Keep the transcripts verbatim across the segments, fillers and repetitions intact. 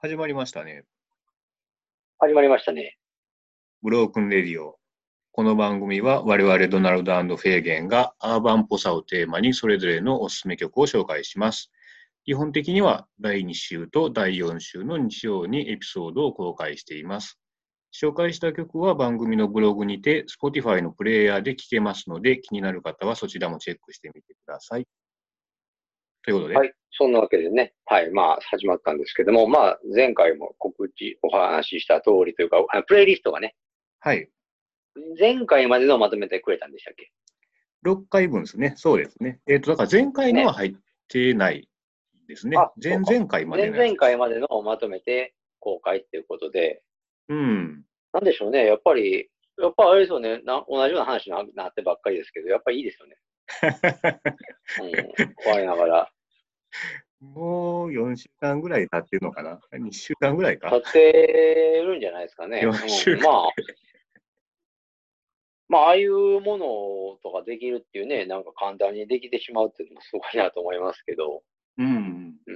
始まりましたね。 始まりましたね。 ブロークンレディオ。この番組は我々ドナルド&フェーゲンがアーバンっぽさをテーマにそれぞれのおすすめ曲を紹介します。基本的にはだいに週とだいよん週の日曜にエピソードを公開しています。紹介した曲は番組のブログにて Spotify のプレイヤーで聴けますので、気になる方はそちらもチェックしてみてください。ということで。 はい。そんなわけでね。はい。まあ、始まったんですけども、まあ、前回も告知、お話しした通りというか、あプレイリストがね、 はい。 前回までのをまとめてくれたんでしたっけ？ ろっかいぶんですね。そうですね。えっと、だから前回のはね。 入ってないですね。 あ、そうか。 前々回まで前のやつです。 々回までのをまとめて公開っていうことで、 うん。 なんでしょうね。やっぱり、やっぱあれですよね。な、同じような話にななってばっかりですけど、やっぱりいいですよね。うん。我ながら。 もうよんしゅうかんぐらい経ってるのかな？ に 週間ぐらいか？ 立ってるんじゃないですかね。 よん 週うん。 間。 まあ、まあ、ああいうものとかできるっていうね、なんか簡単にできてしまうっていうのもすごいなと思いますけど、 うん。 うん、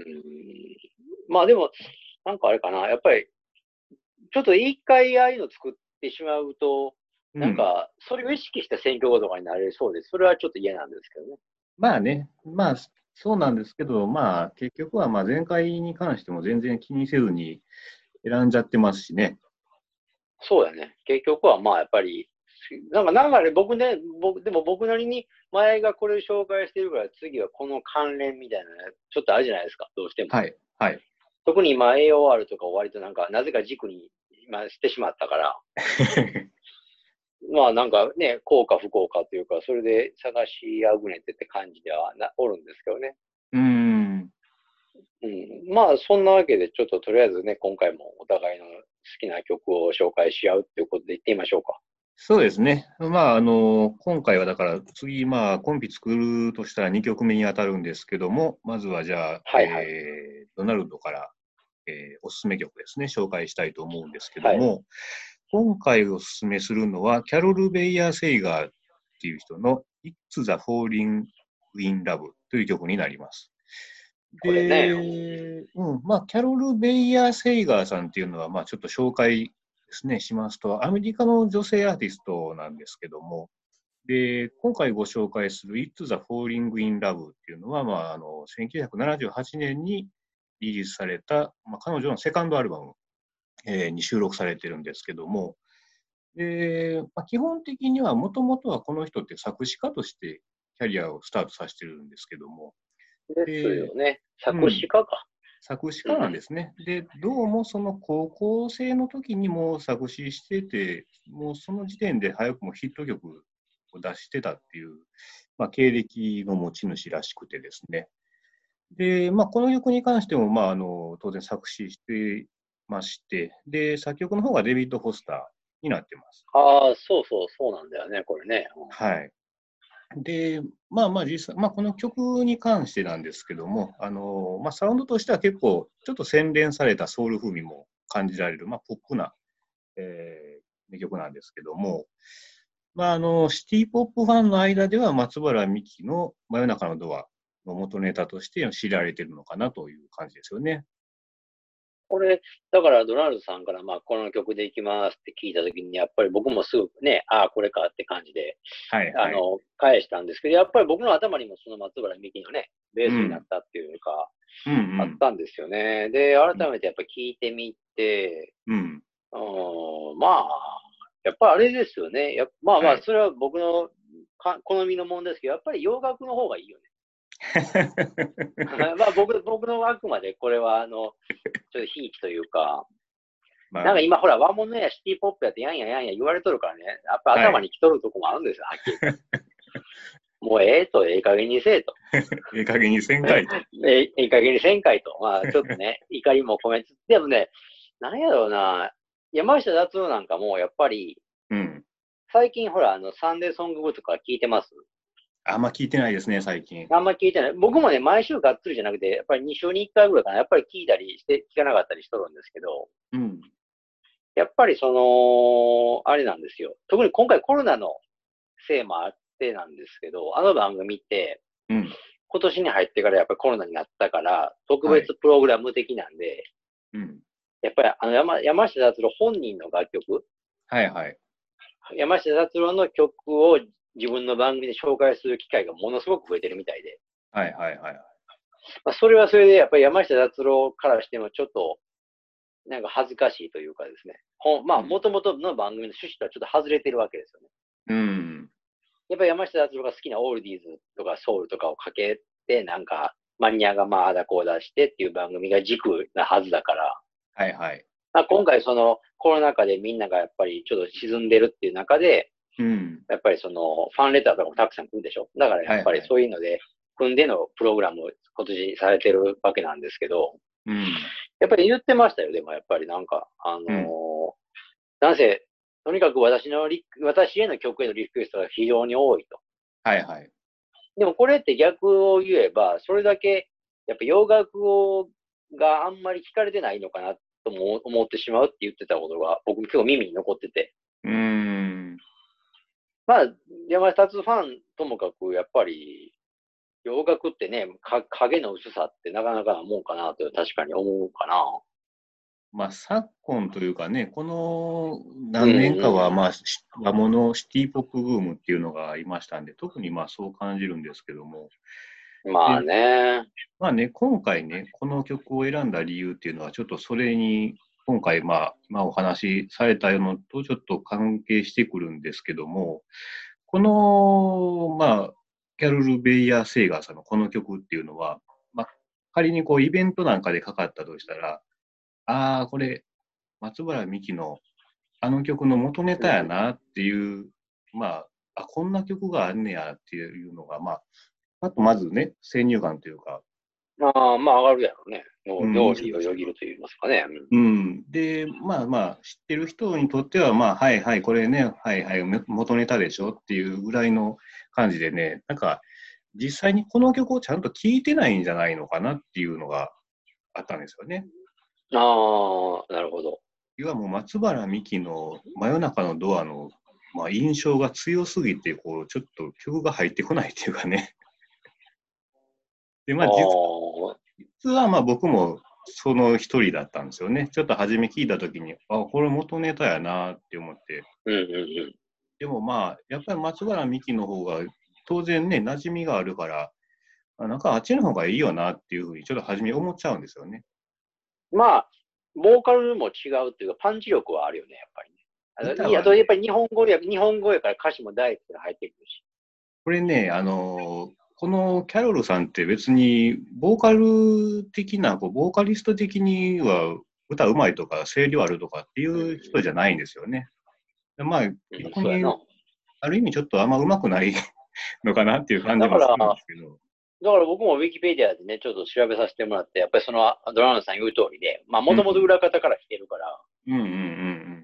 まあでも、なんかあれかな、やっぱり、ちょっと一回ああいうの作ってしまうと、 うん。 なんか、それを意識した選挙とかになれそうです。それはちょっと嫌なんですけどね。 まあね、まあ、そうなんですけど、まあ、結局はまあ前回に関しても全然気にせずに選んじゃってますしね。 そうやね。結局はまあやっぱり、なんか流れ、僕ね、僕、でも僕なりに前がこれ紹介してるから次はこの関連みたいなね、ちょっとあるじゃないですか、どうしても。 はい。はい。 特に今 エーオーアール とか割となんか、なぜか軸に今してしまったから、まあなんかね、効か不効かというか、それで探しあぐねてって感じではなおるんですけどね。 うん。 うん。まあそんなわけで、ちょっととりあえずね、今回もお互いの好きな曲を紹介し合うっていうことで言ってみましょうか。 そうですね。まあ、あの、今回はだから次、まあ、コンビ作るとしたらにきょくめに当たるんですけども、まずはじゃあ、 はいはい。 えー、ドナルドから、えーおすすめ曲ですね、紹介したいと思うんですけどはい。 も、今回おすすめするのは、キャロル・ベイヤー・セイガーっていう人の It's the Falling in Love という曲になります。 これね、 で、うん、まあ、キャロル・ベイヤー・セイガーさんっていうのは、まあ、ちょっと紹介ですね、しますと、アメリカの女性アーティストなんですけども、で、今回ご紹介する It's the Falling in Love っていうのは、まあ、あの、せんきゅうひゃくななじゅうはちねんにリリースされた、まあ、彼女のセカンドアルバム、えーに収録されてるんですけども、で、まあ、基本的にはもともとはこの人って作詞家としてキャリアをスタートさせてるんですけども、 ですで、 よね。作うん、 詞家か。 作詞家なんでうん。 すね。で、どうもその高校生の時にもう作詞してて、もうその時点で早くもヒット曲を出してたっていう、まあ、経歴の持ち主らしくてですね。で、まあ、この曲に関しても、まあ、あの当然作詞してまして、で、作曲の方がデビッド・フォスターになってます。 ああ、そうそう、そうなんだよね、これね。うん、 はい。で、まあまあ実際、まあこの曲に関してなんですけども、あの、まあサウンドとしては結構ちょっと洗練されたソウル風味も感じられる、まあポップな、えー、名曲なんですけども、まああの、シティポップファンの間では松原美樹の真夜中のドアの元ネタとして知られているのかなという感じですよね。 これ、だからドナルドさんから、まあ、この曲でいきますって聞いたときに、やっぱり僕もすぐね、ああ、これかって感じで、あはいはい。 の、返したんですけど、やっぱり僕の頭にもその松原美樹のね、ベースになっうん。 たっていうか、 うんうん。 あったんですよね。で、改めてやっぱ聞いてみて、 うん。 うん、まあ、やっぱあれですよね。やまあまあ、 はい。 それは僕のか好みのもんですけど、やっぱり洋楽の方がいいよね。まあ僕、僕のあくまでこれは、あの、ちょっとひいきというか、 まあ、 なんか今ほら、和物やシティポップやってやんややんや言われとるからね、やっぱはい。 頭に来とるとこもあるんですよ、はっきり言って。もうええと、ええ加減にせえと。 ええ加減にせんかいと。 ええ、ええ加減にせんかいと。まあちょっとね、怒りも込めつつ。でもね、なんやろうな、山下達郎なんかもやっぱり、 うん。 最近ほら、あの、サンデーソングブとか聞いてます？ あんま聞いてないですね、最近。 あんま聞いてない。僕もね、毎週がっつりじゃなくて、やっぱりに週にいっかいぐらいかな。やっぱり聞いたりして、聞かなかったりしとるんですけど、 うん。 やっぱりその、あれなんですよ。特に今回コロナのせいもあってなんですけど、あの番組って、 うん。 今年に入ってからやっぱりコロナになったから、特はい。 別プログラム的なんで、 うん。 やっぱりあの山山下達郎本人の楽曲、 はいはい。 山下達郎の曲を自分の番組で紹介する機会がものすごく増えてるみたいで、 はいはいはい。 まあ、それはそれでやっぱり山下達郎からしてもちょっとなんか恥ずかしいというかですね、まあもともとの番組の趣旨とはちょっと外れてるわけですよね。 うん。 やっぱり山下達郎が好きなオールディーズとかソウルとかをかけて、なんかマニアがまああだこう出してっていう番組が軸なはずだから、 はいはい。 まあ、今回そのコロナ禍でみんながやっぱりちょっと沈んでるっていう中で、 うん。 やっぱりそのファンレターとかもたくさん来るでしょ。だからやっぱりはいはい。 そういうので、組んでのプログラムを今年されてるわけなんですけど、 うん。 やっぱり言ってましたよ。でもやっぱりなんか、あのー、 うん。 男性、とにかく私のリ、私への曲へのリクエストが非常に多いと。 はいはい。 でもこれって逆を言えば、それだけ、やっぱ洋楽をがあんまり聞かれてないのかなとも思ってしまうって言ってたことが、僕も今日耳に残ってて。 うーん。 まあ、山下達ファンともかく、やっぱり、洋楽ってね、か影の薄さってなかなかなもんかなと確かに思うかな。 まあ、昨今というかね、このうん何年かは、 うまあ、し和物シティポップブームっていうのがありましたんで、特にまあそう感じるんですけども、 ん。まあで、 ね。 まあね、今回ね、この曲を選んだ理由っていうのは、ちょっとそれに、今回、まあ、今お話しされたのとちょっと関係してくるんですけども、この、まあ、キャロル・ベイヤー・セイガーさんのこの曲っていうのは、まあ、仮にこうイベントなんかでかかったとしたら、ああ、これ、松原美樹のあの曲の元ネタやうん。 なっていう、まあ、あ、こんな曲があんねやっていうのが、まあ、あとまずね、先入観というか、 まあ、まあ上がるやろうね。もう、 うん、印象料理をとしては。 よぎると言いますかね。 うん。で、まあまあ、知ってる人にとっては、まあ、はいはい、これね、はいはい、め元ネタでしょっていうぐらいの感じでね、なんか、実際にこの曲をちゃんと聴いてないんじゃないのかなっていうのがあったんですよね。 うん。ああ、なるほど。 要はもう松原美樹の真夜中のドアの、まあ、印象が強すぎて、こう、ちょっと曲が入ってこないっていうかね。で、まああ、実あ、 実はまあ僕もその一人だったんですよね。ちょっと初め聞いたときに、あ、これ元ネタやなって思って。 うんうんうん。 でもまあ、やっぱり松原美樹の方が当然ね、馴染みがあるから、あなんかあっちの方がいいよなっていうふうにちょっと初め思っちゃうんですよね。 まあ、ボーカルも違うっていうか、パンチ力はあるよね、やっぱりね。あのいや、あ歌はね、 とやっぱり日本語や、日本語やから歌詞もダイレクトに入ってくるし。 これね、あのこのキャロルさんって別にボーカル的な、こうボーカリスト的には歌うまいとか声量あるとかっていうん、 う人じゃないんですよね。でまあうん、 逆にそうやな。 ある意味ちょっとあんま上手くないのかなっていう感じだから、 もするんですけど。 だから僕もウィキペディアでね、ちょっと調べさせてもらって、やっぱりそのドラムさん言う通りで、まあもともとうん。 裏方から来てるから、 うんうんうんうん。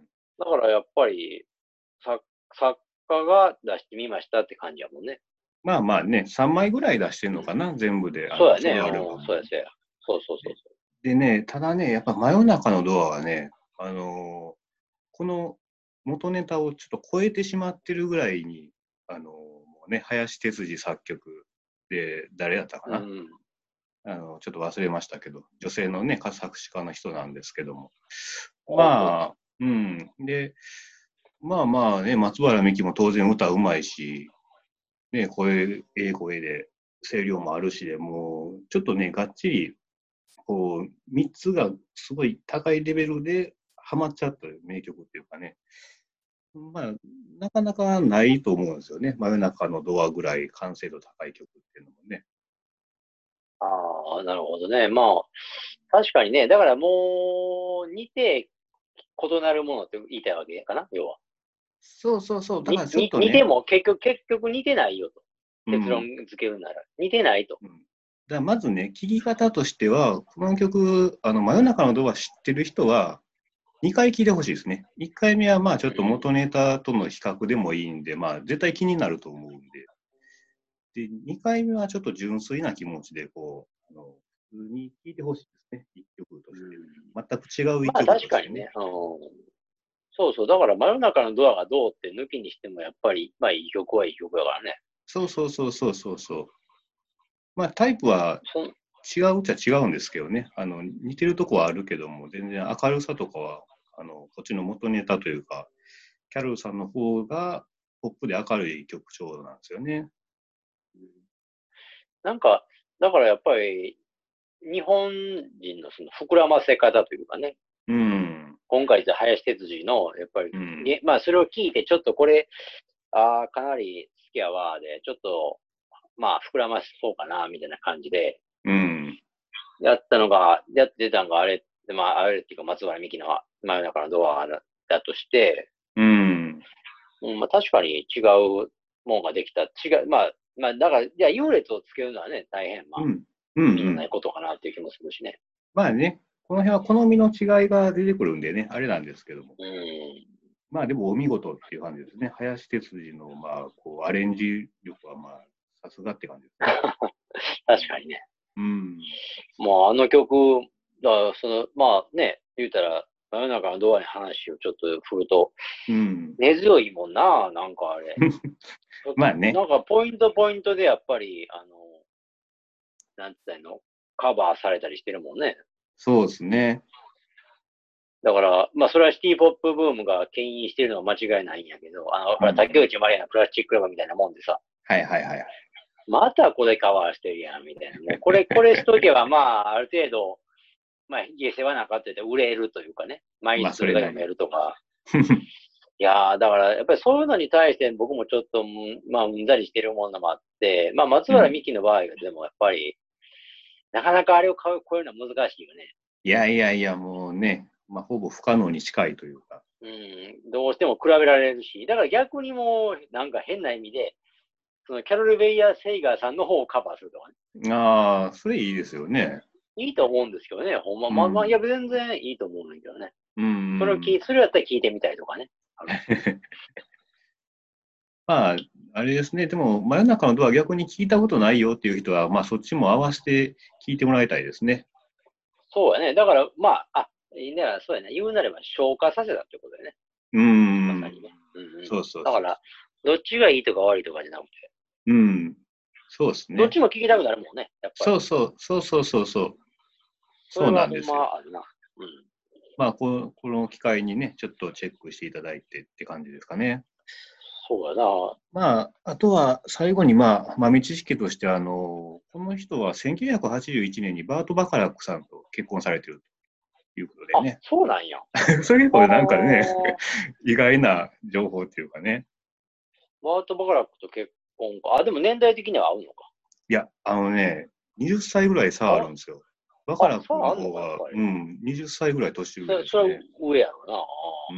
だからやっぱり作作家が出してみましたって感じやもんね。 まあまあね、さんまいぐらい出してんうん。 のかな、全部で、あの、 そうやね。 ソロアルバうん、 ムを。 そうやそうや。そうそうそうでそでね、ただね、やっぱ真夜中のドアはね、あのーこの元ネタをちょっと超えてしまってるぐらいに、あのーもうね、林哲司作曲で、誰だったかう。うな、 ん。 あの、ちょっと忘れましたけど、女性のね、作詞家の人なんですけども。 あ、そまあ、うん。で、まあまあね、松原美樹も当然歌うまいし、ね、声、ええ声で、声量もあるしで、もう、ちょっとね、がっちり、こう、みっつがすごい高いレベルでハマっちゃった名曲っていうかね、まあ、なかなかないと思うんですよね。真夜中のドアぐらい完成度高い曲っていうのもね。 う。ああ、なるほどね。まあ、確かにね。だからもう、似て異なるものって言いたいわけかな、要は。 そうそうそう。だかに、 らちょっに、 とね、 似ても結局、結局似てないよと。結論うん。 付けるなら。似てないと。 うん、だからまずね、聴き方としては、この曲、あの、真夜中のドア知ってる人は、にかい聴いてほしいですね。いっかいめはまあちょっとうん。 元ネタとの比較でもいいんで、まあ絶対気になると思うんで。で、にかいめはちょっと純粋な気持ちで、こう、あの普通に聴いてほしいですね。いっきょくとして。 うん。 全く違ういっまあきょくとしてね。 確かにね。うん。そうそう。だから真夜中のドアがどうって抜きにしても、やっぱり、まあいい曲はいい曲だからね。 そうそうそうそうそうそう。まあタイプはそん、 違うっちゃ違うんですけどね。あの、似てるとこはあるけども、全然明るさとかは、あの、こっちの元ネタというか、キャロルさんの方がポップで明るい曲調なんですよね。 なんか、だからやっぱり、日本人のその膨らませ方というかね、 うん。 今回じゃ林哲司の、やっぱり、 うん。 ね、まあそれを聞いて、ちょっとこれ、ああ、かなり好きやわ、で、ちょっと、まあ膨らましそうかな、みたいな感じで、 うん。 やったのが、やってたのがあれ、まああれっていうか松原美樹の真夜中のドアだだとして、 うん。 うん、まあ確かに違うもんができた。違う、まあ、まあだから、じゃあ優劣をつけるのはね、大変、まあ、 うん。うん。 意味のうん。 ないことかなっていう気もするしね。 まあね、この辺は好みの違いが出てくるんでね、あれなんですけども。 うん。 まあでもお見事っていう感じですね。林哲司の、まあ、こう、アレンジ力は、まあ、さすがって感じですね。 確かにね。 うん。 もうあの曲、だからその、まあね、言うたら、真夜中のドアに話をちょっと振ると、 うん。 根強いもんな、なんかあれ。 まあね、 なんかポイントポイントでやっぱり、あの、なんて言ったらいいの、カバーされたりしてるもんね。 そうですね。 だから、まあそれはシティポップブームが牽引してるのは間違いないんやけど、あの、ほら、 うん。 竹内まりやのプラスチックラブみたいなもんでさ、 はいはいはいはい。 またこれカバーしてるやん、みたいな。もうこれ、これしとけば、まあ、ある程度、まあ、下世話なかってて売れるというかね、枚まあ、そ数が読めれなりに。 るとか。いやー、だから、やっぱりそういうのに対して僕もちょっと、まあ、うんざりしてるものもあって、まあ、松うん。 原美樹の場合でもやっぱり、なかなかあれを買う、こういうのは難しいよね。 いやいやいや、もうね、まあ、ほぼ不可能に近いというか。 うん、どうしても比べられるし、だから逆にもう、なんか変な意味で、そのキャロル・ベイヤー・セイガーさんの方をカバーするとかね。 ああ、それいいですよね。 いいと思うんですけどね、ほんま、まあまあ、いうん。 や、全然いいと思うんだけどね。 うん。 それを聞い、それやったら聞いてみたいとかね。あるし。 まあ、あれですね。でも、真夜中のドア逆に聞いたことないよっていう人は、まあ、そっちも合わせて聞いてもらいたいですね。 そうやね。だから、まあ、あ、いいね、そうやね。言うなれば消化させたってことだよね。 うん。 まさにね。うんうん。 そうそうそう。 だから、どっちがいいとか悪いとかじゃなくて、 うん。そうですどっね。 ちも聞きたくなるもんね、やっぱり。 そうそう、そうそうそうそう。そうそれはほんなんですよ。 まあるな。うん。 まあ、この、この機会にね、ちょっとチェックしていただいてって感じですかね。 そうやな。 まあ、あとは最後に、まあ、豆知識として、あの、この人はせんきゅうひゃくはちじゅういちねんにバート・バカラックさんと結婚されてるということであ、 ね。 そうなんや。 それ結あ構なんかね、 ー、 意外な情報っていうかね。 バート・バカラックと結婚か。あ、でも年代的には合うのか。 いや、あのね、はたちぐらい差あるんですよ。バカあ、 ラックのそうあんのか、やっ方が、 ぱり。 うん、はたちぐらい年上それ、それはですね。 上やろな。あうん。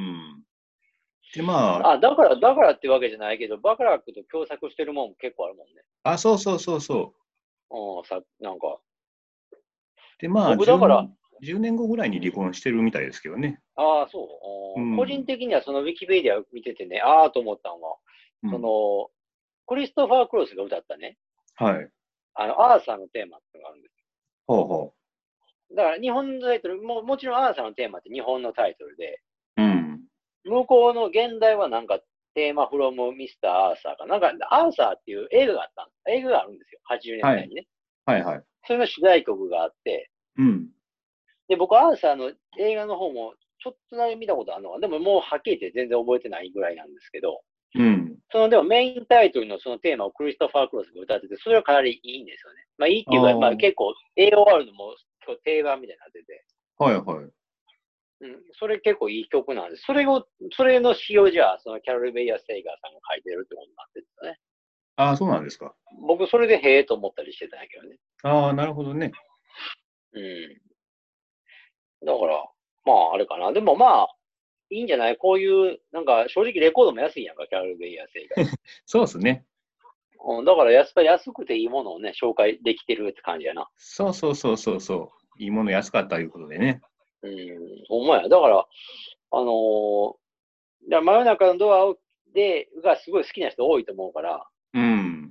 で、まあ、だから、だからってわけじゃないけど、バカラックと共作してるもんも結構あるもんね。 あ、あ、そうそうそうそう。 うん、さ、なんか、 で、まあ、 僕だから、 じゅうねん、じゅうねんごぐらいに離婚してるみたいですけどね。 ああ、そうう。個人ん。 的にはそのウィキペディアを見ててね、ああと思ったのは、そうん。 の、クリストファー・クロスが歌ったね、 はい。 あの、アーサーのテーマっていうのがあるんです。 ほうほだから日本のタイトル、ももちろんアーサーのテーマって日本のタイトルで、 う。うん。 向こうの現代はなんかテーマフロムミスターアーサーかなんか、アーサーっていう映画があったん映画があるんですよ。はちじゅうねんはい。 だいにね。 はいはい。 それの主題曲があって、 うん。 で、僕、アーサーの映画の方もちょっとだけ見たことあるのは、でももうはっきり言って全然覚えてないぐらいなんですけど、 うん。 その、でもメインタイトルのそのテーマをクリストファー・クロスが歌ってて、それはかなりいいんですよね。まあいいってあいうか、まああ。 結構 エーオーアール のもう定番みたいになってて、 はいはい。 うん、それ結構いい曲なんです。それを、それの詩をじゃあ、そのキャロル・ベイヤー・セイガーさんが書いてるってことになってるんですね。 ああ、そうなんですか。 僕、それでへえと思ったりしてたんやけどね。 ああ、なるほどね。 うん。だから、まあ、あれかな。でもまあ、いいんじゃないこういう、なんか、正直レコードも安いやんか、キャロル・ベイヤー・セイガー。 そうですね。 うん、だから安、安くていいものをね、紹介できてるって感じやな。 そうそうそうそうそう。いいもの安かったということでね。 うん、ほんまや。だから、あのー、だから真夜中のドアをで、がすごい好きな人多いと思うから、 うん。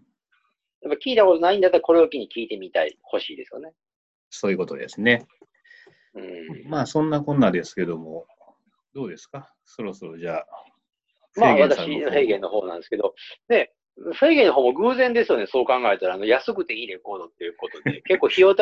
やっぱ聞いたことないんだったらこれを機に聞いてみたい、欲しいですよね。 そういうことですね。 うん。 まあ、そんなこんなですけども、どうですかそろそろじゃあ、フまあ、 ェーゲンさん私、 の方も。 フェイゲンの方なんですけど、で、フェイゲンの方も偶然ですよね、そう考えたら、あの、安くていいレコードっていうことで、結構費用対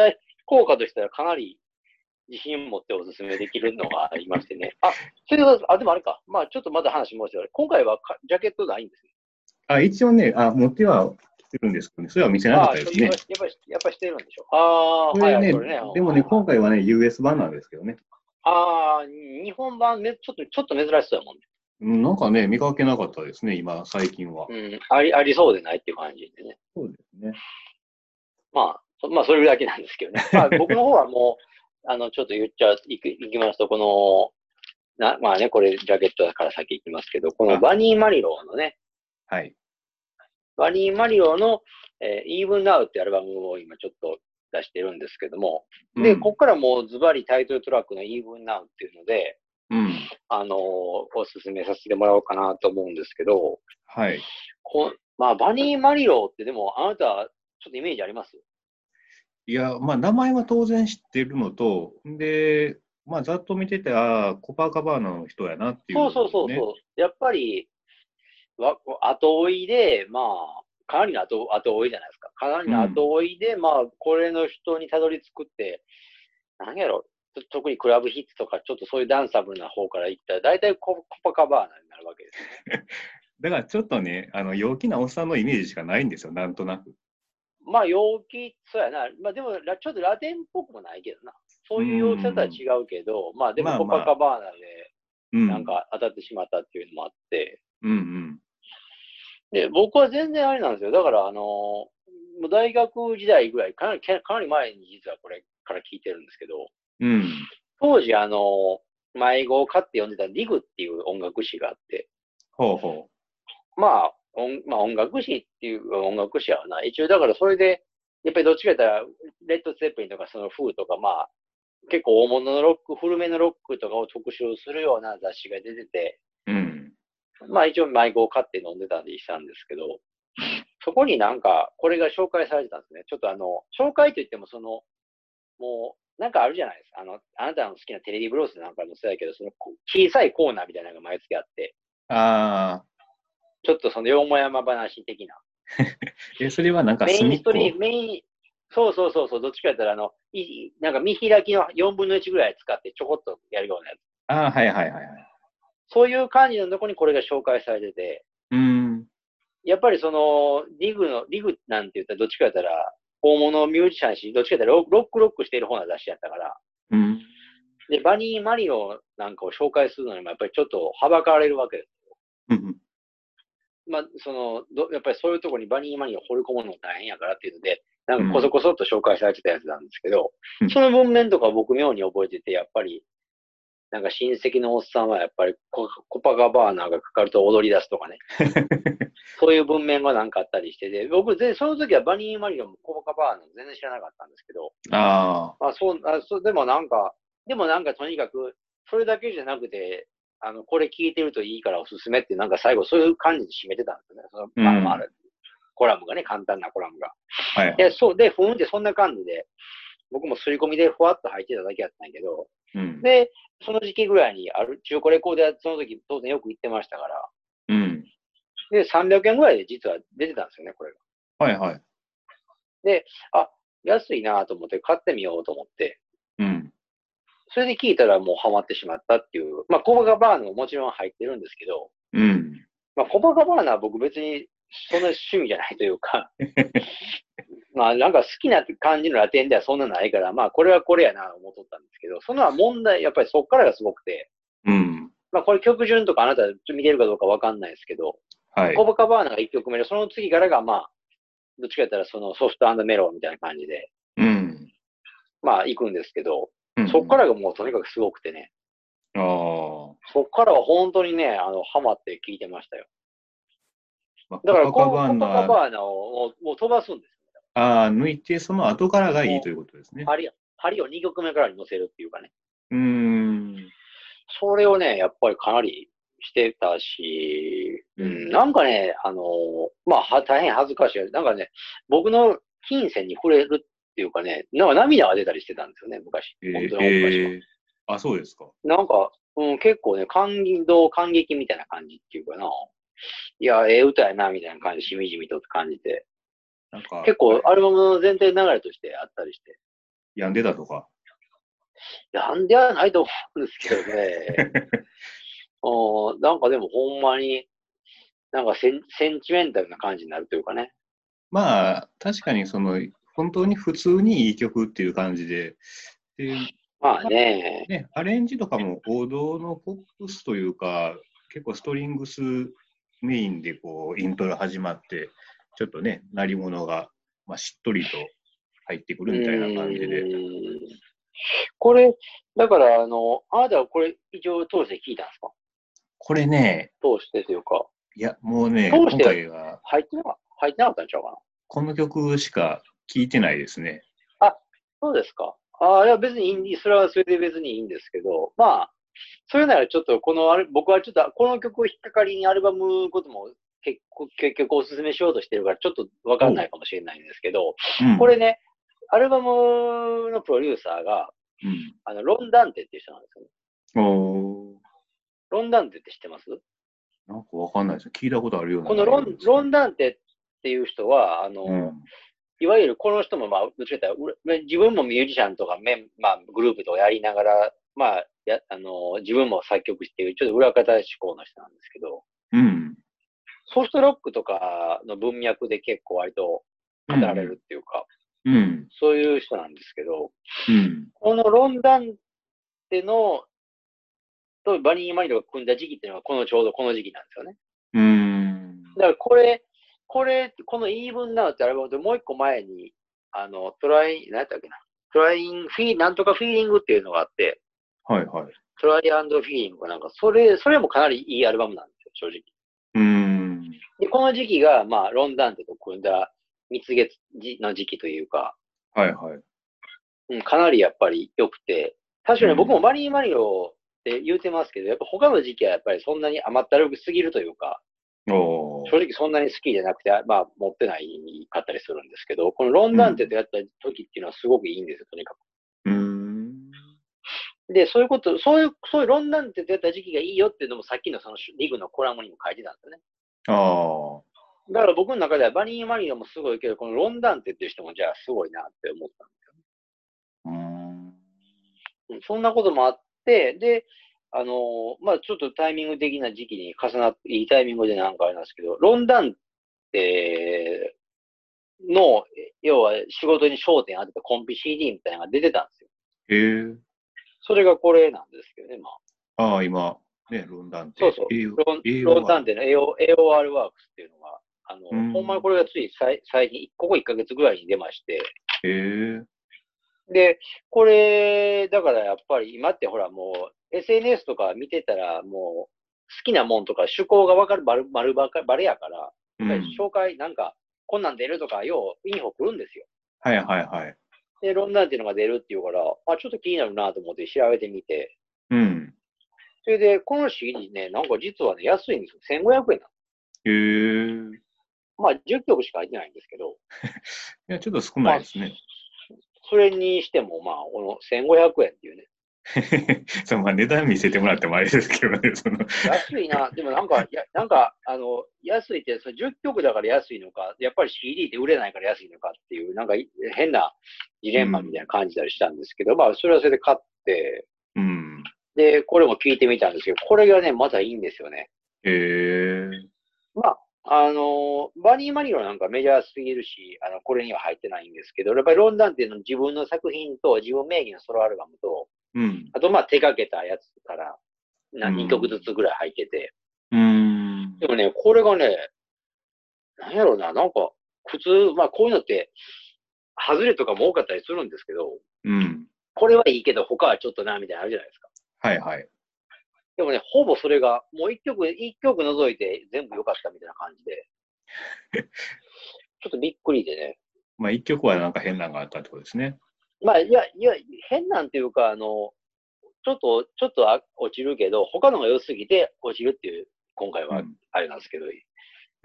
効果としてはかなり自信持っておすすめできるのがありましてね。あ、それは、あ、でもあれか。まあちょっとまだ話もうして今回はかジャケットないんですね。 あ、一応ね、あ、持っては来てるんですけどね、それは見せなかっああ、 たですね。 所有はやっぱり、やっぱりしてるんでしょ。ああ、はいはい、 これね、 これね。 でもね、今回はね、ユーエス 版なんですけどね。 ああ、日本版め、ちょっと、ちょっと珍しそうやもんね。 うん、なんかね、見かけなかったですね、今、最近は。 うん、あり、ありそうでないっていう感じでね。 そうですね。 まあ、そまあ、それだけなんですけどね。まあ、僕の方はもう、あの、ちょっと言っちゃう、いく、いきますと、この、な、まあね、これ、ジャケットだから先行きますけど、このあ、 バニー・マリローのね、 はい。 バニー・マリローの、えー、Even Now ってアルバムを今ちょっと出してるんですけども、で、 うん、 ここからもうズバリタイトルトラックの Even Now っていうので、 うん、 あのーおすすめさせてもらおうかなと思うんですけど、 はい。 こまあ、バニー・マリローってでも、あなた、ちょっとイメージあります？ いや、まあ、名前は当然知ってるのと、で、まあ、ざっと見てて、ああ、コパカバーナの人やなっていそうそううね。 そうそう。やっぱり、わ後追いで、まあ、かなりの後後追いじゃないですか。かなりのうん、 後追いで、まあ、これの人にたどり着くって、何やろ、特にクラブヒッツとか、ちょっとそういうダンサブルな方から行ったら、大体ココパカバーナになるわけですよね。 だからちょっとね、あの陽気なおっさんのイメージしかないんですよ、なんとなく。 まあ、陽気、そうやな。まあ、でも、ちょっとラテンっぽくもないけどな。そうういう陽気さとはん、 違うけど、まあ、でもコパまあまあ、 カバーナで、 うん、 なんか当たってしまったっていうのもあって、 うん、うん、 で、僕は全然あれなんですよ。だから、あの、もう大学時代ぐらい、かなり、かなり前に実はこれから聞いてるんですけど、 うん、 当時、あの、迷子を買って読んでたリグっていう音楽誌があって、 ほうほまあ、音まあ、音楽誌っていう音楽誌はな、一応だからそれで、やっぱりどっちかというと、レッド・ツェッペリンとかそのフーとか、まあ、結構大物のロック、古めのロックとかを特集するような雑誌が出てて、 う。うん、 まあ一応迷子を買って飲んでたりしたんですけど、そこになんか、これが紹介されてたんですね。ちょっとあの、紹介といってもその、もう、なんかあるじゃないですか。あの、あなたの好きなテレビブロスなんかもそうやけど、その小さいコーナーみたいなのが毎月あって、 ああ、 ちょっとそのよもやま話的な。 え、それはなんかメイン隅っこ。 ストリーム、メイン、そうそうそうそう、どっちかやったら、あの、いなんか見開きのよんぶんのいちぐらい使ってちょこっとやるようなやつ。 ああ、はいはいはいはい。 そういう感じのとこにこれが紹介されてて、 うん、 やっぱりその、リグの、リグなんて言ったらどっちかやったら、大物ミュージシャンし、どっちかやったらロックロックしている方の雑誌やったから、 うん。 で、バニー・マリオなんかを紹介するのにもやっぱりちょっとはばかられるわけです。 うん、 まあ、その、どやっぱりそういうところにバニー・マリオを放り込むのも大変やからっていうので、なんうん、 かこそこそっと紹介されてたやつなんですけど、 うん。 その文面とか僕妙に覚えてて、やっぱり、なんか親戚のおっさんはやっぱりココパカバーナーがかかると踊り出すとかね、そういう文面がなんかあったりしてて、僕で、その時はバニー・マリオもコパカバーナー全然知らなかったんですけど、 ああ、 まあそうあそう、でもなんか、でもなんかとにかく、それだけじゃなくて、あの、これ聞いてるといいからおすすめって、なんか最後そういう感じで締めてたんですよね。そのうん。 まあまあ、コラムがね、簡単なコラムが。で、 はいはい。 そう、で、ふーんってそんな感じで、僕も刷り込みでふわっと入ってただけやったんやけど、 うん、 で、その時期ぐらいにある中古レコード屋、その時当然よく行ってましたから、 うん。 で、さんびゃくえんぐらいで実は出てたんですよね、これが。 はいはい。 で、あ、安いなと思って買ってみようと思って、 うん、 それで聞いたらもうハマってしまったっていう、まあ、コバガバーナももちろん入ってるんですけど、 うん。 まあ、コバガバーナは僕別にそんな趣味じゃないというか、まあ、なんか好きな感じのラテンではそんなないから、まあ、これはこれやなと思っとったんですけど、その問題、やっぱりそっからがすごくて、 うん。 まあ、これ曲順とかあなた見てるかどうかわかんないですけど、 はい。 コバカバーナがいっきょくめで、その次からがまあ、どっちかやったらそのソフトメロみたいな感じで、 うん。 まあ行くんですけど、 うん、 そっかうん。 らがもうとにかくすごくてね、 ああ。 そっからは本当にね、あの、ハマって聞いてましたよ。 まあ、 だからコパカココパカバーナ、 バーナをもうもう飛ばすんですああ、抜いて、その後からがよ。 いいともう、 いうことですね。 針、針をにきょくめからに乗せるっていうかね。 うーん。 それをね、やっぱりかなりしてたし、うん、 うん。 なんかね、あの、まあ、は大変恥ずかしい。なんかね、僕の金銭に触れるっていうかね、なんか涙が出たりしてたんですよね、昔。 えー、 本当に大昔は。 えー、あ、そうですか。 なんか、うん、結構ね、感動、感激みたいな感じっていうかな。いや、ええ歌やな、みたいな感じ、しみじみと感じて。 なんか、 結構、 あれ、 アルバムの全体流れとしてあったりして。 病んでたとか。 病んではないと思うんですけどね。おなんかでもほんまに、なんかセン、センチメンタルな感じになるというかね。 まあ、確かにその、本当に普通にいい曲っていう感じで、で、 まあまあね。 ね、アレンジとかも王道のポップスというか、結構ストリングスメインでこうイントロ始まって、ちょっとね、鳴り物が、まあ、しっとりと入ってくうるみたいな感じで。 ーん。これ、だから、あの、あなたはこれ一応通して聞いたんですか？ これね、 通してというか、 いや、もうね、今通して回は入ってなか、入ってなかったんちゃうかこの曲しか聴いてないですね。 な。あ、そうですか。ああ、いや別にいいんで、それはそれで別にいいんですけど、まあ、それならちょっとこのあれ、僕はちょっとこの曲を引っかかりにアルバムことも結構結局おすすめしようとしてるからちょっとわかんなおう。 いかもしれないんですけど、 うん。 これね、アルバムのプロデューサーが、 うん。 あの、ロンダンテっていう人なんですよね。 おー。 ロンダンテって知ってます？ なんかわかんないです。聞いたことあるような内このロン、 容ですけど。 ロンダンテっていう人は、あの、 うん。 いわゆるこの人も、まあ、どっちかというと自分もミュージシャンとかメン、まあ、グループとかやりながら、まあ、や、あの、自分も作曲している、ちょっと裏方志向の人なんですけど、 うん。 ソフトロックとかの文脈で結構割とうん。 語られるっていうか、 うん。 そういう人なんですけど、 うん。 このロンダンテの、とバニー・マリロが組んだ時期っていうのは、このちょうどこの時期なんですよね。 うん。 だからこれ、これ、この Even Now ってアルバムでもう一個前に、あの、トライ、何やったっけな。トライン、フィー、なんとかフィーリングっていうのがあって、 はいはい。 トライアンドフィーリングかなんか、それ、それもかなりいいアルバムなんですよ、正直。 うん。 で、この時期が、まあ、ロンダンテと組んだ蜜月の時期というか、 はいはい。 うん、かなりやっぱり良くて、確かに僕もうん。 マリー・マリオって言うてますけど、やっぱ他の時期はやっぱりそんなに甘ったるくすぎるというか、 おー。 正直そんなに好きじゃなくて、まあ、持ってないかったりするんですけど、このロンダンテうん。 とやった時っていうのはすごくいいんですよ、とにかうん。 く。で、そういうこと、そういう、そういうロンダンテとやった時期がいいよっていうのもさっきのそのリグのコラムにも書いてたんですよね。 ああ。 だから僕の中ではバニー・マリオもすごいけど、このロンダンテっていう人もじゃあすごいなって思ったんですよね。 うん。 うん、そんなこともあって、で、あのーまあちょっとタイミング的な時期に重なって、いいタイミングでなんかあれなんですけど、ロンダンテの、要は仕事に焦点当てたコンピ シーディー みたいなのが出てたんですよ。 へえ。 それがこれなんですけどね、まあ。 ああ、今、ね、ロンダンテ、 そうそエーオー、 う。ロン、ロンダンエーオーアール。 テの エーオー、エーオーアール ワークスっていうのが、あの、 うほんまにん。 これがつい最最近、ここいっかげつぐらいに出まして、 へえ。 で、これ、だからやっぱり今ってほらもう エスエヌエス とか見てたらもう好きなもんとか趣向がわかるバルバルババレやから、やっぱりうん。 紹介なんかこんなん出るとかようインフォ来るんですよ。 はいはいはい。 で、ロンダンっていうのが出るっていうから、あ、ちょっと気になるなと思って調べてみて、 うん。 それで、この シーディー ね、なんか実はね、安いんですよ。せんごひゃくえんなへえ。いの。まあ、じゅっきょくしか入ってないんですけど、 や、ちょっと少なまあ、 いですね。 それにしても、まあ、このせんごひゃくえんっていうね、 そう、まあ、値段見せてもらってもあれですけどね、その安いな、でもなんか、やなんか、あの、安いって、そのじゅっきょくだから安いのか、やっぱり シーディー って売れないから安いのかっていう、なんか変なジレンマみたいなうん。 感じたりしたんですけど、まあ、それはそれで買って、 うん。 で、これも聞いてみたんですけど、これがね、またいいんですよね。 へえ。 まあ、あの、バニー・マリロなんかメジャーすぎるし、あの、これには入ってないんですけど、やっぱりロンダンっていうのは自分の作品と自分名義のソロアルバムと、 うん。 あとまあ手掛けたやつからうにきょくずん。 つぐらい入ってて、 うん。 でもね、これがね、なんやろうな、なんか、普通、まあこういうのって、外れとかも多かったりするんですけど、 うん。 これはいいけど他はちょっとな、みたいなのあるじゃないですか。 はいはい。 でもね、ほぼそれが、もう一曲、一曲除いて全部良かったみたいな感じで、ちょっとびっくりでね。 まあ、一曲はなんか変なのがあったってことですね。 まあ、いや、いや、変なんていうか、あの、ちょっと、ちょっとあ落ちるけど、他のが良すぎて落ちるっていう、今回はうん。 あれなんですけど、 うん。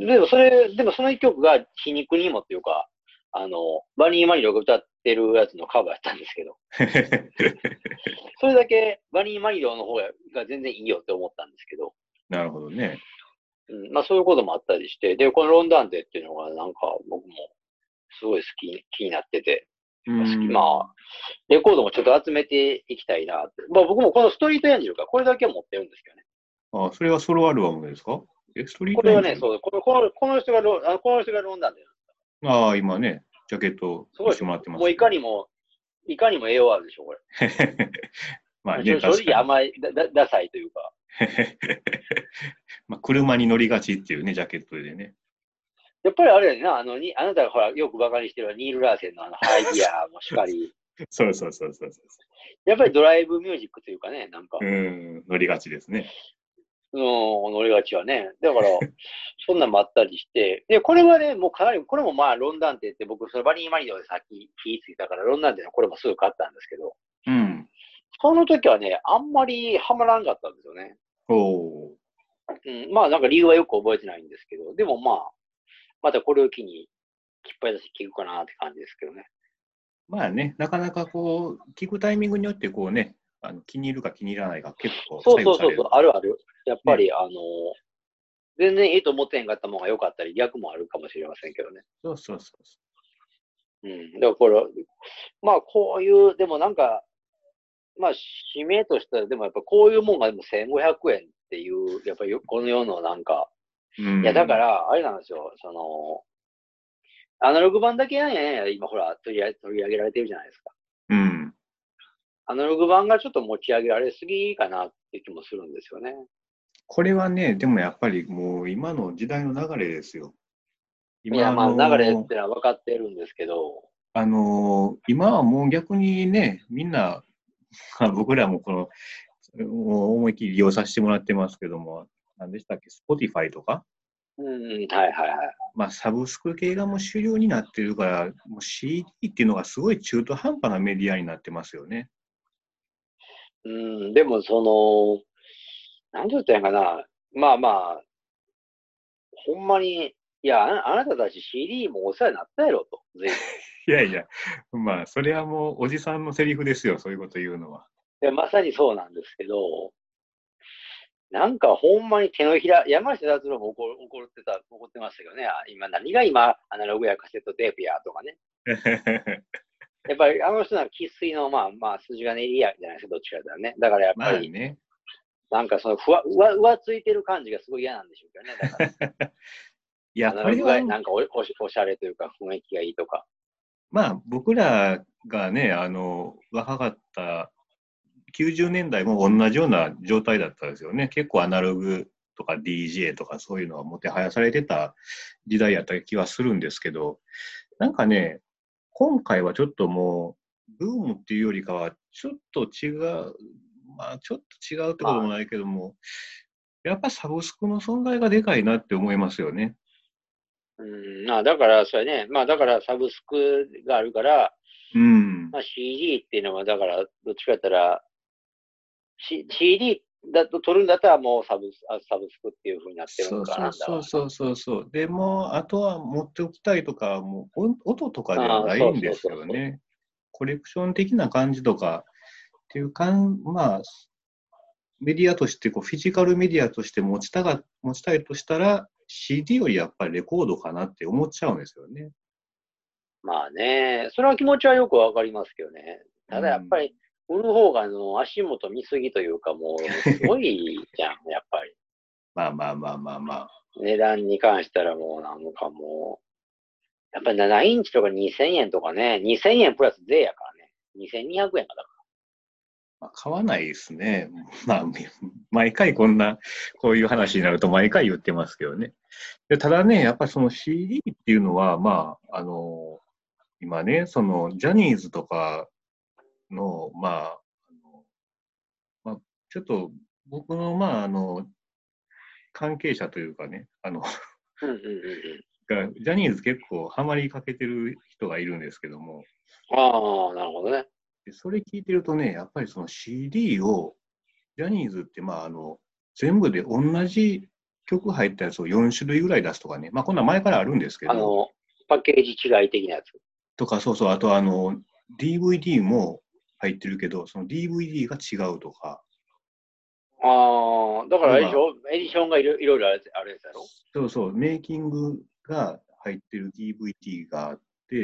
でもそれ、でもその一曲が皮肉にもっていうか、あの、バニー・マリロが歌ってるやつのカバーやったんですけど、それだけバニー・マリロの方が全然いいよって思ったんですけど、 なるほどね。 うん、まあそういうこともあったりして、で、このロンダンテっていうのがなんか僕もすごい好き、気になってて、 う好き。 ん。 まあ、レコードもちょっと集めていきたいなって。まあ僕もこのストリートエンジェルか、これだけは持ってるんですけどね。 あ、それはソロアルバムですか？え、ストリーこれはね、 トエンジェル？ そう、この、この、この人がロ、あのこの人がロンダンで、 ああ、今ね、ジャケットすごいでしょ。 見せてもらってまもういすけど。 かにも、いかにも エーオーアール でしょ、これ。 まあね、 ちょ正確かに。 直甘い、だ、だ、ダサいというか。 まあ、車に乗りがちっていうね、ジャケットでね。 やっぱりあれだよな、あの、に、あなたがほら、よくバカにしてるニール・ラーセンのあの、ハイディアもしかり、 そうそうそうそうそやっぱりドライブミュージックというかね、なんか、 う。うん、乗りがちですね。 うん、乗りがちはね。だから、そんなんもあったりして、で、これはね、もうかなり、これもまあ、ロンダンテって僕、そのバニーマリオでさっき気ぃついたから、ロンダンテのこれもすぐ買ったんですけど、 うん。 その時はね、あんまりハマらんかったんですよね。 おお。 うん、まあ、なんか理由はよく覚えてないんですけど、でもまあ、またこれを機に、きっぱり出し聞くかなって感じですけどね。 まあね、なかなかこう、聞くタイミングによってこうね、あの気に入るか気に入らないか結構そう左右そうそうそう、 される。 あるある。やっぱね。 り、あの、全然いいと思ってへんかったものが良かったり、逆もあるかもしれませんけどね。 そうそうそうそうん。だからこれ、まあ、こういう、でもなんか、まあ、指名としては、でもやっぱこういうもんがでもせんごひゃくえんっていう、やっぱりこの世のなんか、 う。ういや、だかん。 ら、あれなんですよ、その、アナログ版だけやんやんや、今ほら取り上げ、取り上げられてるじゃないですか。 うん。 アナログ版がちょっと持ち上げられすぎかなっていう気もするんですよね。 これはね、でもやっぱりもう今の時代の流れですよ。今、 いや、 あまあ流れっの、 てのは分かってるんですけど、 あの、今はもう逆にね、みんな、まあ僕らもこの、もう思いっきり利用させてもらってますけども、何でしたっけ、Spotify とか、 うん、はいはいはい。 まあ、サブスク系がもう主流になってるから、もう シーディー っていうのがすごい中途半端なメディアになってますよね。 うん、でもその、なんて言ったらいいんかな。まあまあ、ほんまに、いや、ああなたたち シーディー もお世話になったやろと、随分。 いやいや、まあ、それはもうおじさんのセリフですよ、そういうこと言うのは。 で、まさにそうなんですけど、なんかほんまに手のひら、山下達郎も怒怒ってた、怒ってましたけどね、あ今何が今アナログやカセットテープやとかね。やっぱりあの人は生粋のまあまあ筋金入りやじゃないですか、どっちかだね。だからやっぱり、 まあね。 なんかそのふわ、うわ、浮ついてる感じがすごい嫌なんでしょうけどね。だから、 いや、 アナログこれは、 がなんかおおしおしゃれというか雰囲気がいいとか。 まあ、僕らがね、あの、若かったきゅうじゅうねんだいも同じような状態だったんですよね。結構アナログとか ディージェー とかそういうのはもてはやされてた時代やった気はするんですけど、なんかね、今回はちょっともう、ブームっていうよりかは、ちょっと違う、まあちょっと違うってことまあ、 もないけども、やっぱサブスクの存在がでかいなって思いますよね。 うん、まあだから、それね、まあだからサブスクがあるから、 うん。 まあ シーディー っていうのは、だから、どっちかやったら、C、シーディー だと取るんだったらもうサブス、あサブスクっていう風になってるんかな、 そうそうだからそうそうそうそう。でも、あとは持っておきたいとか、もう音音とかでな。 はああ、そうそうないんですそうそう。 よね。コレクション的な感じとかっていうかん、まあ、メディアとしてこう、フィジカルメディアとして持ちたが、持ちたいとしたら、シーディー よりやっぱりレコードかなって思っちゃうんですよね。 まあね、それは気持ちはよくわかりますけどね。ただやっうん。 ぱり、売る方があの足元見すぎというか、もうすごいじゃん、やっぱり。 まあまあまあまあまあ。 値段に関したらもうなんかもう、やっぱりななインチとかにせんえんとかね、にせんえんプラス税やからね。にせんにひゃくえんかだかまあ、買わないですね。まあ、毎回こんな、こういう話になると毎回言ってますけどね。でただね、やっぱりその シーディー っていうのは、まあ、あの、今ね、そのジャニーズとかの、まあ、あのまあ、ちょっと僕の、まあ、あの、関係者というかね、あの、 ら。うんうんうんうん。 がジャニーズ結構ハマりかけてる人がいるんですけども、 ああ、なるほどね。 でそれ聞いてるとね、やっぱりその シーディー を、ジャニーズって、まあ、あの、全部で同じ曲入ったやつをよん種類ぐらい出すとかね、まあ、こんなん前からあるんですけど、 あの、パッケージ違い的なやつ。 とか、そうそう、あとあの、ディーブイディー も入ってるけど、その ディーブイディー が違うとか、 ああ、だからあれでし要は、 ょエディションがいろいろいろあるやつあるやつやろ。 そうそう、メイキングが入ってる ディーブイディー があっ 、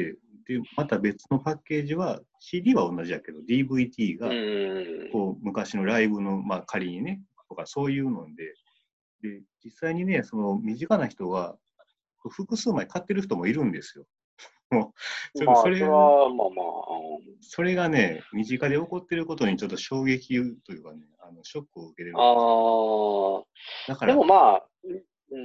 で、また別のパッケージは、シーディー は同じやけど、ディーブイディー が、こう、昔のライブの、まあ仮にね、とかそういうので、で、実際にね、その身近な人は、複数枚買ってる人もいるんですよ。もう、ちょっとまあ、 それ、 それは、まあまあ、 それがね、身近で起こってることにちょっと衝撃というかね、あのショックを受けれるんですよ。 ああ、 だから、 でもまあ、うん、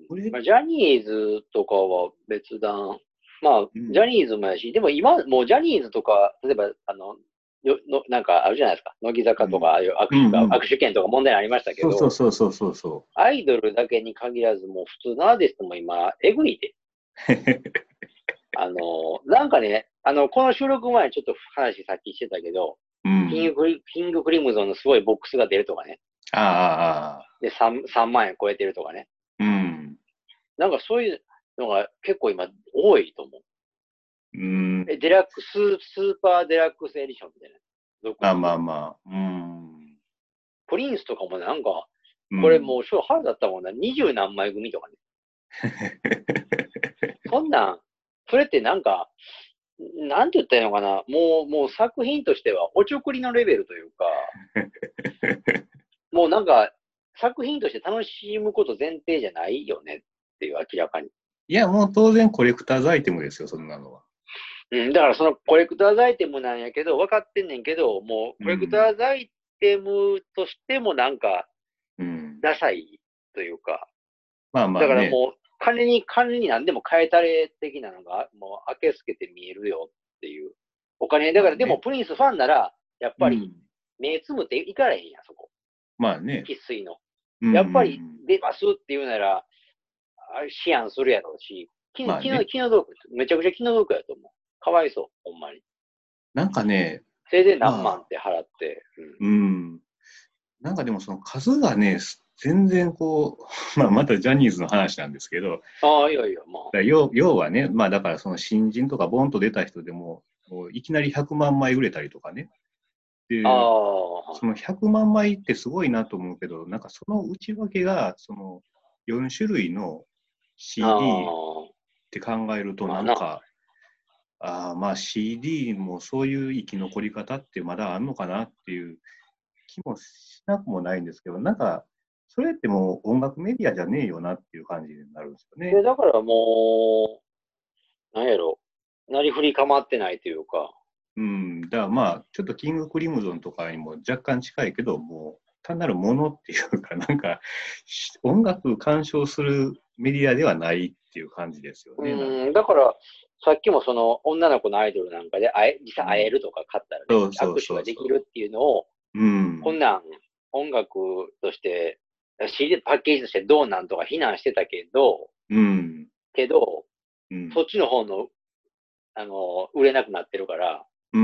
これ、 まあ、ジャニーズとかは別段、まあ、 うん、 ジャニーズもやし、でも今、もうジャニーズとか、例えば、あの、よのなんかあるじゃないですか。乃木坂とか、 うん、 ああいう握手か、 うん、うん。 握手券とか問題ありましたけそうそうど、 そうそうそうそアイドルだけに限らず、もう普通のアーティストも今、えぐいで。 う。 あの、なんかね、あの、この収録前にちょっと話さっきしてたけど、 うん。 キングクリ、キングクリムゾンのすごいボックスが出るとかね。 ああ、ああ、 で、さん、さんまん円超えてるとかね。 うん。 なんかそういうのが結構今多いと思う。 うん。 え、デラックス、スーパーデラックスエディションみたいな。俗あ、 に言う。 まあまあ。うん。 プリンスとかもなんか、 うん。 これもう春春だったもんな、二十何枚組とかね。そんなん、それってなんか、なんて言ったらいいのかな。もう、もう作品としてはおちょくりのレベルというか、もうなんか、作品として楽しむこと前提じゃないよねっていう明らかに。 いや、もう当然コレクターズアイテムですよ、そんなのは。 うん、だからそのコレクターズアイテムなんやけど、分かってんねんけど、もうコレクタうん。 ーズアイテムとしてもなんか、 うん。 ダサいというか、 まあまあね。 だからもう、金に、金に何でも変えたれ的なのが、もう、明け透けて見えるよっていう。お金、だからでもまあね。 プリンスファンなら、やっぱり、 うん。 目つむっていかれへんやん、そこ。 まあね。 生粋の。 うんうんうやっぱりん。 出ますっていうなら、思案するやろうし、気気のまあね。 気の毒、めちゃくちゃ気の毒やと思う。かわいそう、ほんまに。 なんかね、 せいぜい何万まあ、 って払って。 うん。なんかでもその数がね、全然こう、まあまたジャニーズの話なんですけど、 うん、ああ、いやいや、まだ要要はね、まあだからその新人とかボンと出た人でも、もういきなりひゃくまん枚売れたりとかね。 あ。 で、 ああ、 そのひゃくまん枚ってすごいなと思うけど、なんかその内訳が、そのよん種類のあシーディー っあ、 て考えると、 まあな。 なんか、ああ、まあ シーディー もそういう生き残り方ってまだあんのかなっていう気もしなくもないんですけど、なんか、それってもう音楽メディアじゃねえよなっていう感じになるんですよね。 で、だからもう、なんやろ、なりふり構ってないというか、 うん、だからまあ、ちょっとキングクリムゾンとかにも若干近いけど、もう単なるものっていうか、なんか、音楽鑑賞するメディアではないっていう感じですよね、なんか。 うん、だから、さっきもその女の子のアイドルなんかで会え、実際会えうん、 るとか買ったらね、 そうそう握手そうそができるっていうのを、 う。うん、 こんなん音楽として、シーディー パッケージとしてどうなんとか非難してたけど、 うん、 けど、 うん、 そっちの方の、あの、売れなくなってるから、 うん。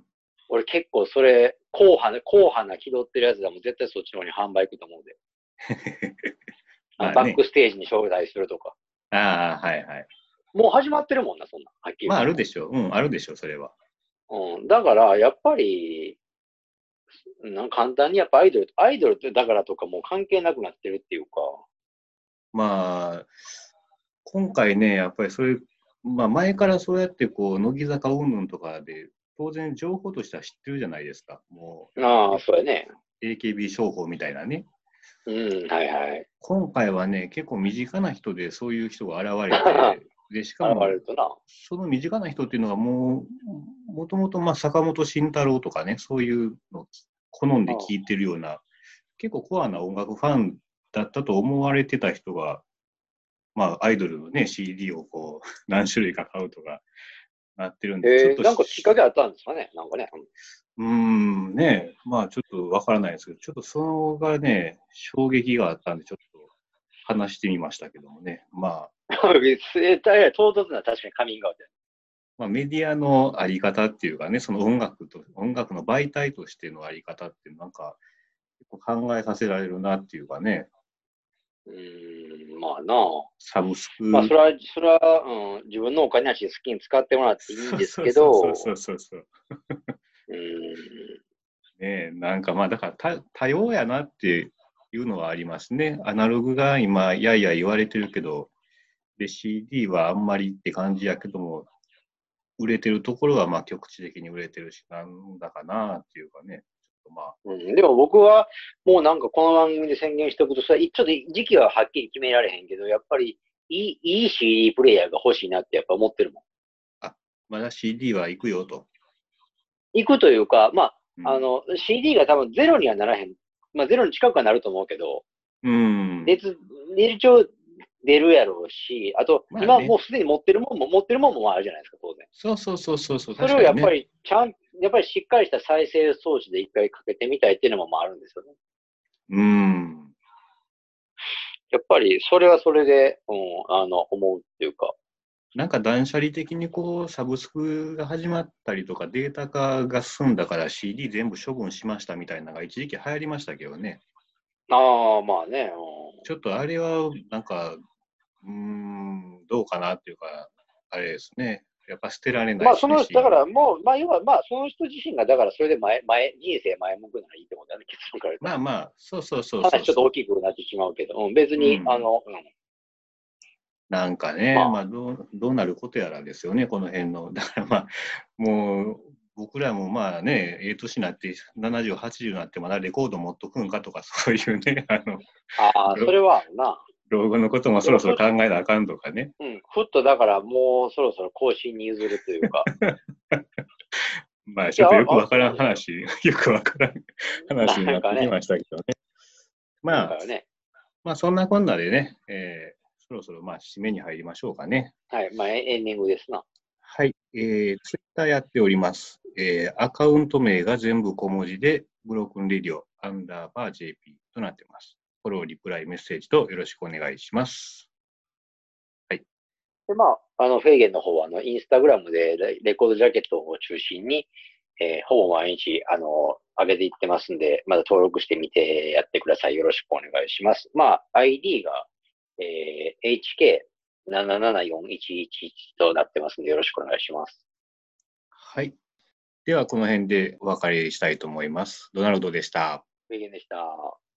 俺結構それ、硬派な、硬派な気取ってるやつでも絶対そっちの方に販売行くと思うんで。あのまあね。 バックステージに招待するとか。 ああ、はいはい。 もう始まってるもんな、そんな。はっきり言まあ、 ってもあるでしょう。うん、あるでしょう、それは。 う。うん。だから、やっぱり、なん簡単にやっぱアイドル、アイドルってだからとかもう関係なくなってるっていうか。 まあ、今回ね、やっぱりそれ、まあ、前からそうやってこう、乃木坂云々とかで、当然情報としては知ってるじゃないですか。もう、 ああ、 えそうやね。 エーケービー 商法みたいなね。 うん、はいはい。 今回はね、結構身近な人でそういう人が現れて、で、しか現れも、 るとな。 その身近な人っていうのがもう、もともとまあ坂本慎太郎とかね、そういうのを好んで聴いてるような、結構コアな音楽ファンだったと思われてた人が、まあ、アイドルのね、シーディー をこう、何種類か買うとかなってるんで、ちょっえー、 となんかきっかけあったんですかね、なんかね。 うーん、ね、まあちょっとわからないですけど、ちょっとそのがね、衝撃があったんで、ちょっと話してみましたけどもね。まあ、 え大変唐突な確かにカミングアウトや。 まあ、メディアのあり方っていうかね、その音楽と、音楽の媒体としてのあり方ってなんか、結構考えさせられるなっていうかね、 うーん、まあな。 サブスまあ、 ク、 それは、それは、うん、自分のお金なしで好きに使ってもらっていいんそうですけそうそうそうど、 そうそうそう。 うーん、 ね、なんかまあだから多多様やなっていうのはありますね。アナログが今やいや言われてるけど、 で、シーディー はあんまりって感じやけども、売れてるところはまあ局地的に売れてるし、なんだかなっていうかね。ちょっとまあ、 うん、でも僕は、もうなんかこの番組で宣言しておくと、それちょっと時期ははっきり決められへんけど、やっぱりいい、いい シーディー プレイヤーが欲しいなってやっぱ思ってるもん。 あ、まだ シーディー は行くよと。 行くというか、まあ、あうん。 の、シーディー が多分ゼロにはならへん。まあ、ゼロに近くはなると思うけど、 うん。 熱、熱調出るやろうし、あと、 まあね。 今もうすでに持ってるもんも、持ってるもんもあるじゃないですか、当然。 そうそうそうそうそう、 それをやっぱ確かにね。 り、ちゃん、やっぱりしっかりした再生装置で一回かけてみたいっていうのもまああるんですよね。 うん。 やっぱり、それはそれで、うん、あの、思うっていうか。 なんか断捨離的にこう、サブスクが始まったりとか、データ化が進んだから シーディー 全部処分しましたみたいなのが一時期流行りましたけどね。 ああ、まあね、うちょっとあれは、なんか、うーん、どうかなっていうか、あれですね。やっぱ捨てられん。まあ、 ないしね、 その、だかシーディー って。 らもう、まあ、要は、まあ、その人自身が、だからそれで前、前、人生前向くならいいってことだね、結論から言ったら。 まあまあ、そうそうそうそう話ちょっと大そきくなってしまうけど、うん、別う。うに、あん。 の、うん、 なんかね、ままあ、 あどう、どうなることやらですよね、この辺の。だからまあ、もう、僕らもまあね、ええ年になって、ななじゅう、はちじゅうになってまだレコード持っとくんかとか、そういうね、あの、 ああ、そ老れはあるな。 老後のこともそろそろでもふ、 考えなあかんとかね。 うん、ふっとだからもうそろそろ更新に譲るというか。 まあ、 いや、 ちょっとよくあ、あるわからんと思うんですよ。 話、よくわからん話になってきなんかね、 ましたけどね。まあ、 なんかね。 まあ、そんなこんなでね、えーそろそろまあ、締めに入りましょうかね。 はい。まあ、エエンディングですな。 はい、えー、ツイッターやっております。えー、アカウント名が全部小文字で、ブロークンレディオアンダーバー ジェーピー となっています。フォロー、リプライ、メッセージとよろしくお願いします。はい。 で、まあ、あの、フェーゲンの方は、あの、インスタグラムでレレコードジャケットを中心に、えーほぼ毎日、あの、上げていってますんで、まだ登録してみてやってください。よろしくお願いします。まあ、アイディー が、えー、エイチケーななななよんいちいちいち となってますんで、よろしくお願いします。 はい。では、この辺でお別れしたいと思います。ドナルドでした。 フェーゲンでした。